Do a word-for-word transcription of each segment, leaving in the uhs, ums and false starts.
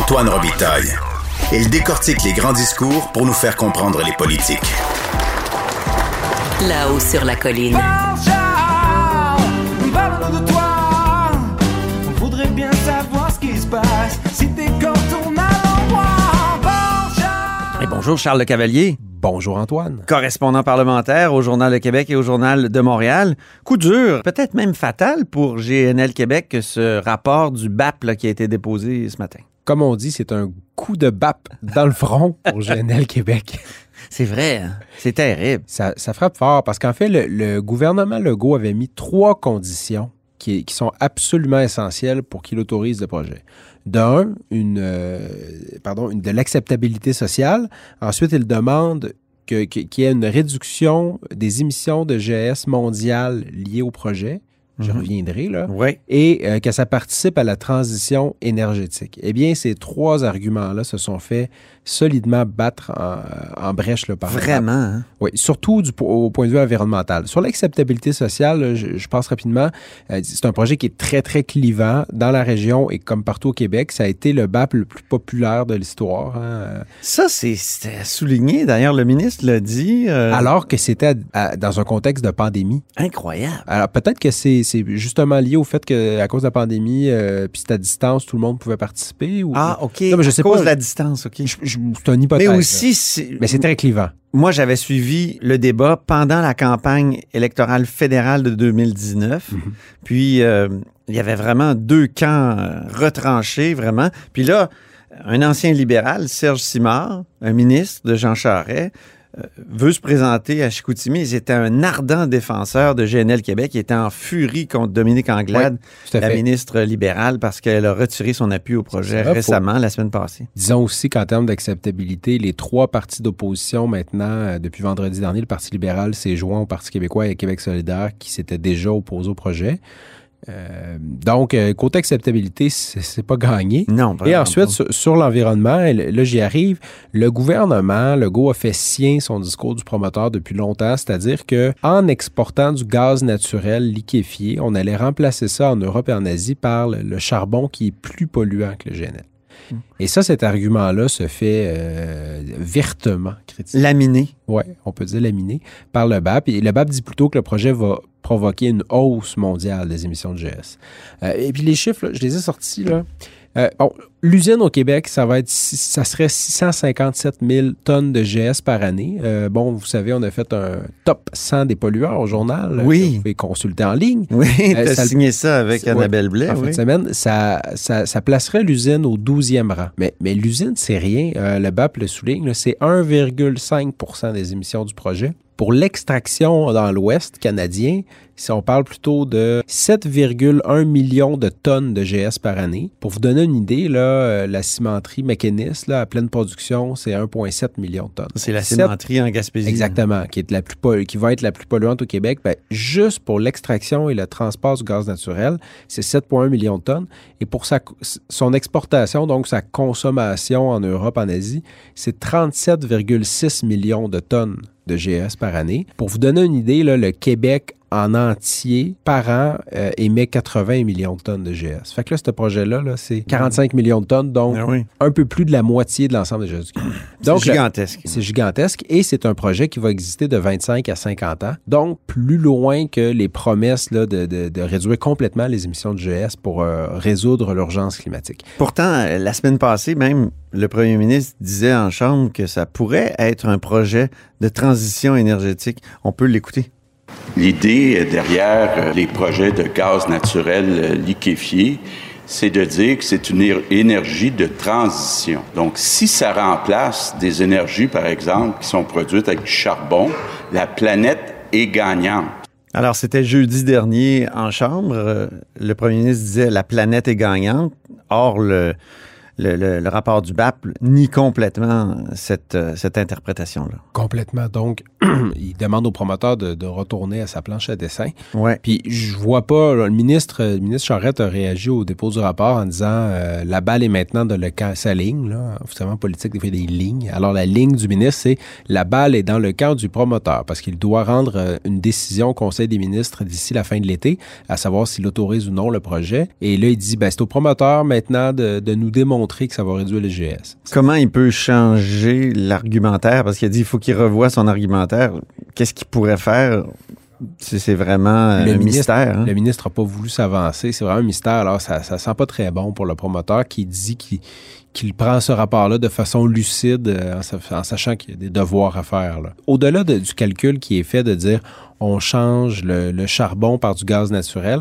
Antoine Robitaille. Il décortique les grands discours pour nous faire comprendre les politiques. Là-haut sur la colline. Parle-nous de toi. On voudrait bien savoir ce qui se passe. Si t'es quand on a l'endroit. Et bonjour Charles Le Cavalier. Bonjour Antoine. Correspondant parlementaire au Journal de Québec et au Journal de Montréal. Coup dur, peut-être même fatal pour G N L Québec, que ce rapport du B A P là, qui a été déposé ce matin. Comme on dit, c'est un coup de B A P dans le front pour G N L Québec. C'est vrai, hein? C'est terrible. Ça, ça frappe fort parce qu'en fait, le, le gouvernement Legault avait mis trois conditions qui, qui sont absolument essentielles pour qu'il autorise le projet. D'un, une, euh, pardon, une, de l'acceptabilité sociale. Ensuite, il demande que, que, qu'il y ait une réduction des émissions de G E S mondiales liées au projet. Je mm-hmm. reviendrai, là. Oui. Et euh, que ça participe à la transition énergétique. Eh bien, ces trois arguments-là se sont fait solidement battre en, en brèche là, par Vraiment, hein? Oui, surtout du, au point de vue environnemental. Sur l'acceptabilité sociale, là, je, je passe rapidement. Euh, c'est un projet qui est très, très clivant dans la région et comme partout au Québec. Ça a été le B A P le plus populaire de l'histoire. Hein. Ça, c'est, c'était souligné. D'ailleurs, le ministre l'a dit. Euh... Alors que c'était à, à, dans un contexte de pandémie. Incroyable. Alors, peut-être que c'est, c'est justement lié au fait qu'à cause de la pandémie, euh, puis c'est à distance, tout le monde pouvait participer. Ou... Ah, OK. Non, mais je à sais cause pas, de la distance, OK. Je, je, c'est une hypothèse. Mais aussi, c'est... Mais c'est très clivant. Moi, j'avais suivi le débat pendant la campagne électorale fédérale de deux mille dix-neuf. Mm-hmm. Puis, euh, il y avait vraiment deux camps euh, retranchés, vraiment. Puis là, un ancien libéral, Serge Simard, un ministre de Jean Charest, euh, veut se présenter à Chicoutimi. Il était un ardent défenseur de G N L Québec. Il était en furie contre Dominique Anglade, oui, la ministre libérale, parce qu'elle a retiré son appui au projet récemment, faut... la semaine passée. Disons aussi qu'en termes d'acceptabilité, les trois partis d'opposition maintenant, euh, depuis vendredi dernier, le Parti libéral s'est joint au Parti québécois et Québec solidaire qui s'étaient déjà opposés au projet. Euh, donc, euh, côté acceptabilité, c'est, c'est pas gagné. Non, et ensuite, sur, sur l'environnement, là, j'y arrive, le gouvernement, Legault a fait sien son discours du promoteur depuis longtemps, c'est-à-dire qu'en exportant du gaz naturel liquéfié, on allait remplacer ça en Europe et en Asie par le, le charbon qui est plus polluant que le G N L. Hum. Et ça, cet argument-là se fait euh, vertement critiquer. Laminé. Oui, on peut dire laminé par le B A P. Et le B A P dit plutôt que le projet va provoquer une hausse mondiale des émissions de G E S. Euh, et puis les chiffres, là, je les ai sortis, là. Euh, bon, l'usine au Québec, ça va être, ça serait six cent cinquante-sept mille tonnes de G E S par année. Euh, bon, vous savez, on a fait un top cent des pollueurs au journal. Oui. Vous pouvez consulter en ligne. Oui, tu euh, as signé ça avec Annabelle Blais. En oui. fin de semaine, ça, ça, ça placerait l'usine au douzième rang. Mais, mais l'usine, c'est rien. Euh, le B A P le souligne, là, c'est un virgule cinq pour cent des émissions du projet. Pour l'extraction dans l'Ouest canadien, si on parle plutôt de sept virgule un millions de tonnes de G E S par année. Pour vous donner une idée, là, la cimenterie Mécanis, là, à pleine production, c'est un virgule sept million de tonnes. C'est la cimenterie en Gaspésie. Exactement, qui, est la plus pollu- qui va être la plus polluante au Québec. Ben, juste pour l'extraction et le transport du gaz naturel, c'est sept virgule un millions de tonnes. Et pour sa, son exportation, donc sa consommation en Europe, en Asie, c'est trente-sept virgule six millions de tonnes de G E S par année. Pour vous donner une idée, là, le Québec en entier, par an, euh, émet quatre-vingts millions de tonnes de G E S. Fait que là, ce projet-là, là, c'est quarante-cinq millions de tonnes, donc ah oui. un peu plus de la moitié de l'ensemble des G E S du Québec. Donc, c'est gigantesque. Là, c'est gigantesque et c'est un projet qui va exister de vingt-cinq à cinquante ans, donc plus loin que les promesses là, de, de, de réduire complètement les émissions de G E S pour euh, résoudre l'urgence climatique. Pourtant, la semaine passée, même, le premier ministre disait en Chambre que ça pourrait être un projet de transition énergétique. On peut l'écouter. L'idée derrière les projets de gaz naturel liquéfié, c'est de dire que c'est une énergie de transition. Donc, si ça remplace des énergies, par exemple, qui sont produites avec du charbon, la planète est gagnante. Alors, c'était jeudi dernier en Chambre. Le premier ministre disait « la planète est gagnante ». Or, le... Le, le, le rapport du B A P nie complètement cette, cette interprétation-là. Complètement. Donc, il demande au promoteur de, de retourner à sa planche à dessin. Ouais. Puis, je vois pas, là, le ministre le ministre Charest a réagi au dépôt du rapport en disant euh, la balle est maintenant dans le camp, sa ligne, là, officiellement politique, des fois des lignes. Alors, la ligne du ministre, c'est la balle est dans le camp du promoteur parce qu'il doit rendre euh, une décision au Conseil des ministres d'ici la fin de l'été, à savoir s'il autorise ou non le projet. Et là, il dit, ben, c'est au promoteur maintenant de, de nous démontrer démontrer que ça va réduire les G E S. Comment il peut changer l'argumentaire? Parce qu'il a dit qu'il faut qu'il revoie son argumentaire. Qu'est-ce qu'il pourrait faire? C'est, c'est vraiment le un ministre, mystère. Hein? Le ministre n'a pas voulu s'avancer. C'est vraiment un mystère. Alors, ça ne sent pas très bon pour le promoteur qui dit qu'il, qu'il prend ce rapport-là de façon lucide en, en sachant qu'il y a des devoirs à faire. Là. Au-delà de, du calcul qui est fait de dire on change le, le charbon par du gaz naturel,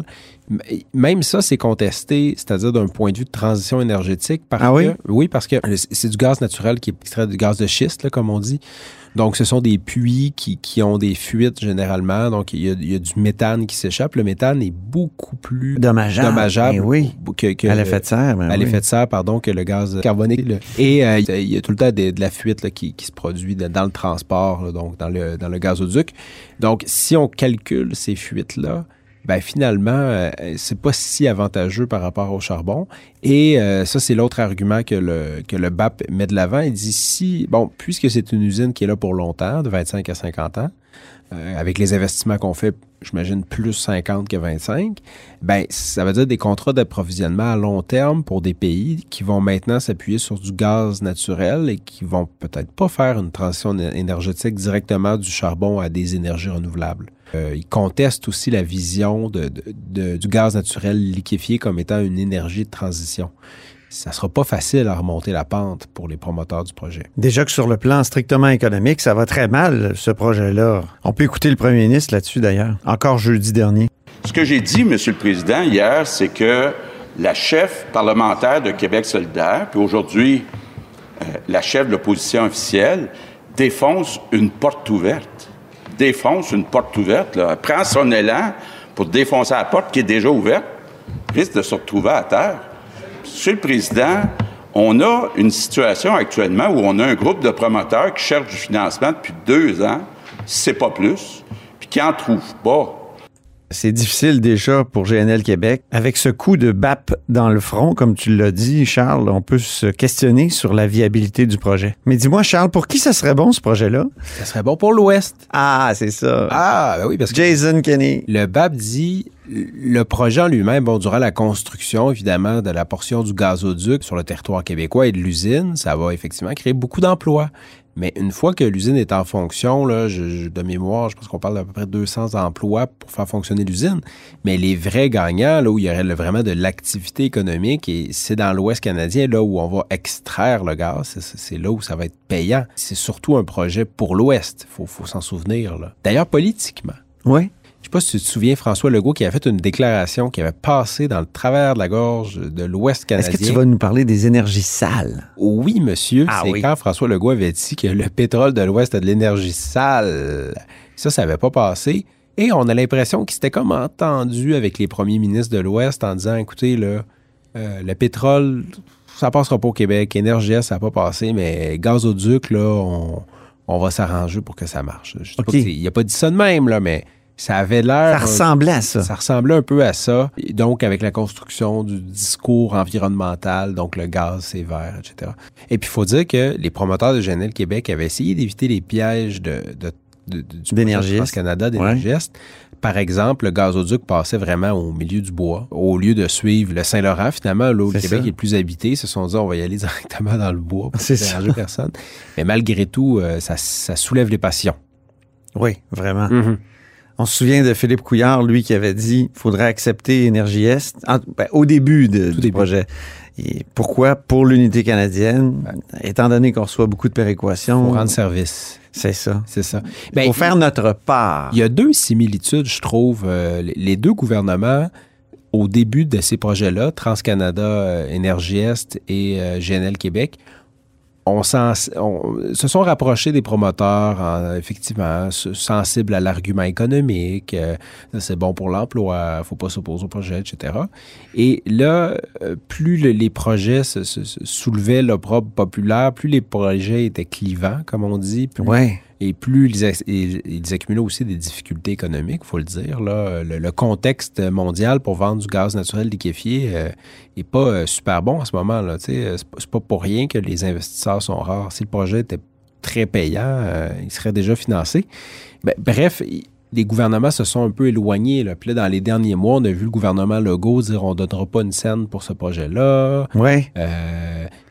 même ça, c'est contesté, c'est-à-dire d'un point de vue de transition énergétique. Parce ah oui? Que, oui, parce que c'est du gaz naturel qui est extrait du gaz de schiste, là, comme on dit. Donc, ce sont des puits qui, qui ont des fuites généralement. Donc, il y a, il y a du méthane qui s'échappe. Le méthane est beaucoup plus dommageable, dommageable oui. que, que à l'effet de serre. à oui. l'effet de serre, pardon, que le gaz carbonique. Là. Et euh, il y a tout le temps de, de la fuite là, qui, qui se produit de, dans le transport, là, donc dans le, dans le gazoduc. Donc, si on calcule ces fuites-là, ben finalement, euh, c'est pas si avantageux par rapport au charbon. Et euh, ça, c'est l'autre argument que le, que le B A P met de l'avant. Il dit si, bon, puisque c'est une usine qui est là pour longtemps, de vingt-cinq à cinquante ans, euh, avec les investissements qu'on fait, j'imagine plus cinquante que vingt-cinq, ben ça veut dire des contrats d'approvisionnement à long terme pour des pays qui vont maintenant s'appuyer sur du gaz naturel et qui vont peut-être pas faire une transition énergétique directement du charbon à des énergies renouvelables. Euh, il conteste aussi la vision de, de, de, du gaz naturel liquéfié comme étant une énergie de transition. Ça ne sera pas facile à remonter la pente pour les promoteurs du projet. Déjà que sur le plan strictement économique, ça va très mal, ce projet-là. On peut écouter le premier ministre là-dessus, d'ailleurs, encore jeudi dernier. Ce que j'ai dit, M. le Président, hier, c'est que la chef parlementaire de Québec solidaire, puis aujourd'hui, euh, la chef de l'opposition officielle, défonce une porte ouverte. défonce une porte ouverte, là. Elle prend son élan pour défoncer la porte qui est déjà ouverte, risque de se retrouver à terre. Monsieur le Président, on a une situation actuellement où on a un groupe de promoteurs qui cherchent du financement depuis deux ans, si c'est pas plus, puis qui n'en trouvent pas. C'est difficile déjà pour G N L Québec. Avec ce coup de B A P dans le front, comme tu l'as dit, Charles, on peut se questionner sur la viabilité du projet. Mais dis-moi, Charles, pour qui ça serait bon, ce projet-là? Ça serait bon pour l'Ouest. Ah, c'est ça. Ah, ben oui, parce que Jason Kenney. Le B A P dit, le projet en lui-même, bon, durant la construction, évidemment, de la portion du gazoduc sur le territoire québécois et de l'usine, ça va effectivement créer beaucoup d'emplois. Mais une fois que l'usine est en fonction, là, je, je, de mémoire, je pense qu'on parle d'à peu près deux cents emplois pour faire fonctionner l'usine. Mais les vrais gagnants, là où il y aurait vraiment de l'activité économique, et c'est dans l'Ouest canadien, là où on va extraire le gaz, c'est, c'est là où ça va être payant. C'est surtout un projet pour l'Ouest, il faut, faut s'en souvenir. Là. D'ailleurs, politiquement. Oui. Je ne sais pas si tu te souviens, François Legault, qui a fait une déclaration qui avait passé dans le travers de la gorge de l'Ouest canadien. Est-ce que tu vas nous parler des énergies sales? Oui, monsieur. Ah, c'est oui. quand François Legault avait dit que le pétrole de l'Ouest a de l'énergie sale. Ça, ça n'avait pas passé. Et on a l'impression qu'il s'était comme entendu avec les premiers ministres de l'Ouest en disant, écoutez, là, euh, le pétrole, ça ne passera pas au Québec. Énergie, ça n'a pas passé, mais gazoduc, là, on, on va s'arranger pour que ça marche. Je sais okay. pas qu'il n'a pas dit ça de même, là, mais... Ça avait l'air... Ça ressemblait à ça. Ça ressemblait un peu à ça. Et donc, avec la construction du discours environnemental, donc le gaz, c'est vert, et cetera. Et puis, il faut dire que les promoteurs de G N L Québec avaient essayé d'éviter les pièges de, de, de, de, du d'énergie Trans-Canada, d'énergiste. Ouais. Par exemple, le gazoduc passait vraiment au milieu du bois, au lieu de suivre le Saint-Laurent. Finalement, là où le Québec ça. est le plus habité, ils se sont dit on va y aller directement dans le bois pour ne déranger personne. Mais malgré tout, ça, ça soulève les passions. Oui, vraiment. Mm-hmm. On se souvient de Philippe Couillard, lui, qui avait dit qu'il faudrait accepter Énergie Est en, ben, au début de, du début. projet. Et pourquoi? Pour l'unité canadienne, ouais. étant donné qu'on reçoit beaucoup de péréquations. Pour rendre service. C'est ça. C'est ça. Ben, pour faire notre part. Il y a deux similitudes, je trouve. Euh, les deux gouvernements, au début de ces projets-là, Trans-Canada, euh, Énergie Est et euh, G N L Québec, On, sens, on se sont rapprochés des promoteurs, en, effectivement, sensibles à l'argument économique, euh, c'est bon pour l'emploi, il ne faut pas s'opposer au projet, et cetera. Et là, plus le, les projets se, se, se soulevaient l'opprobre populaire, plus les projets étaient clivants, comme on dit, plus, ouais. et plus ils, ils, ils accumulaient aussi des difficultés économiques, il faut le dire. Là. Le, le contexte mondial pour vendre du gaz naturel liquéfié n'est euh, pas euh, super bon en ce moment. Là, c'est, pas, c'est pas pour rien que les investisseurs sont rares. Si le projet était très payant, euh, il serait déjà financé. Ben, bref, il, les gouvernements se sont un peu éloignés. Là. Puis là, dans les derniers mois, on a vu le gouvernement Legault dire on ne donnera pas une scène pour ce projet-là. Ouais. Euh,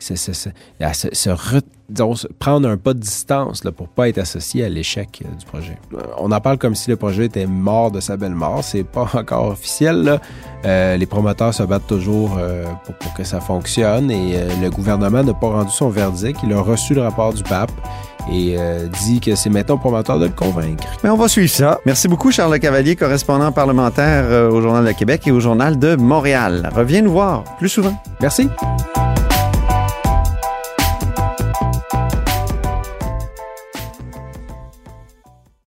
c'est, c'est, c'est, à se, se re, disons, prendre un pas de distance là, pour ne pas être associé à l'échec euh, du projet. On en parle comme si le projet était mort de sa belle mort. C'est pas encore officiel. Là. Euh, les promoteurs se battent toujours euh, pour, pour que ça fonctionne et euh, le gouvernement n'a pas rendu son verdict. Il a reçu le rapport du pape et euh, dit que c'est maintenant au promoteur de le convaincre. Mais on va suivre ça. Merci beaucoup, Charles Cavalier, correspondant parlementaire euh, au Journal de Québec et au Journal de Montréal. Reviens nous voir plus souvent. Merci.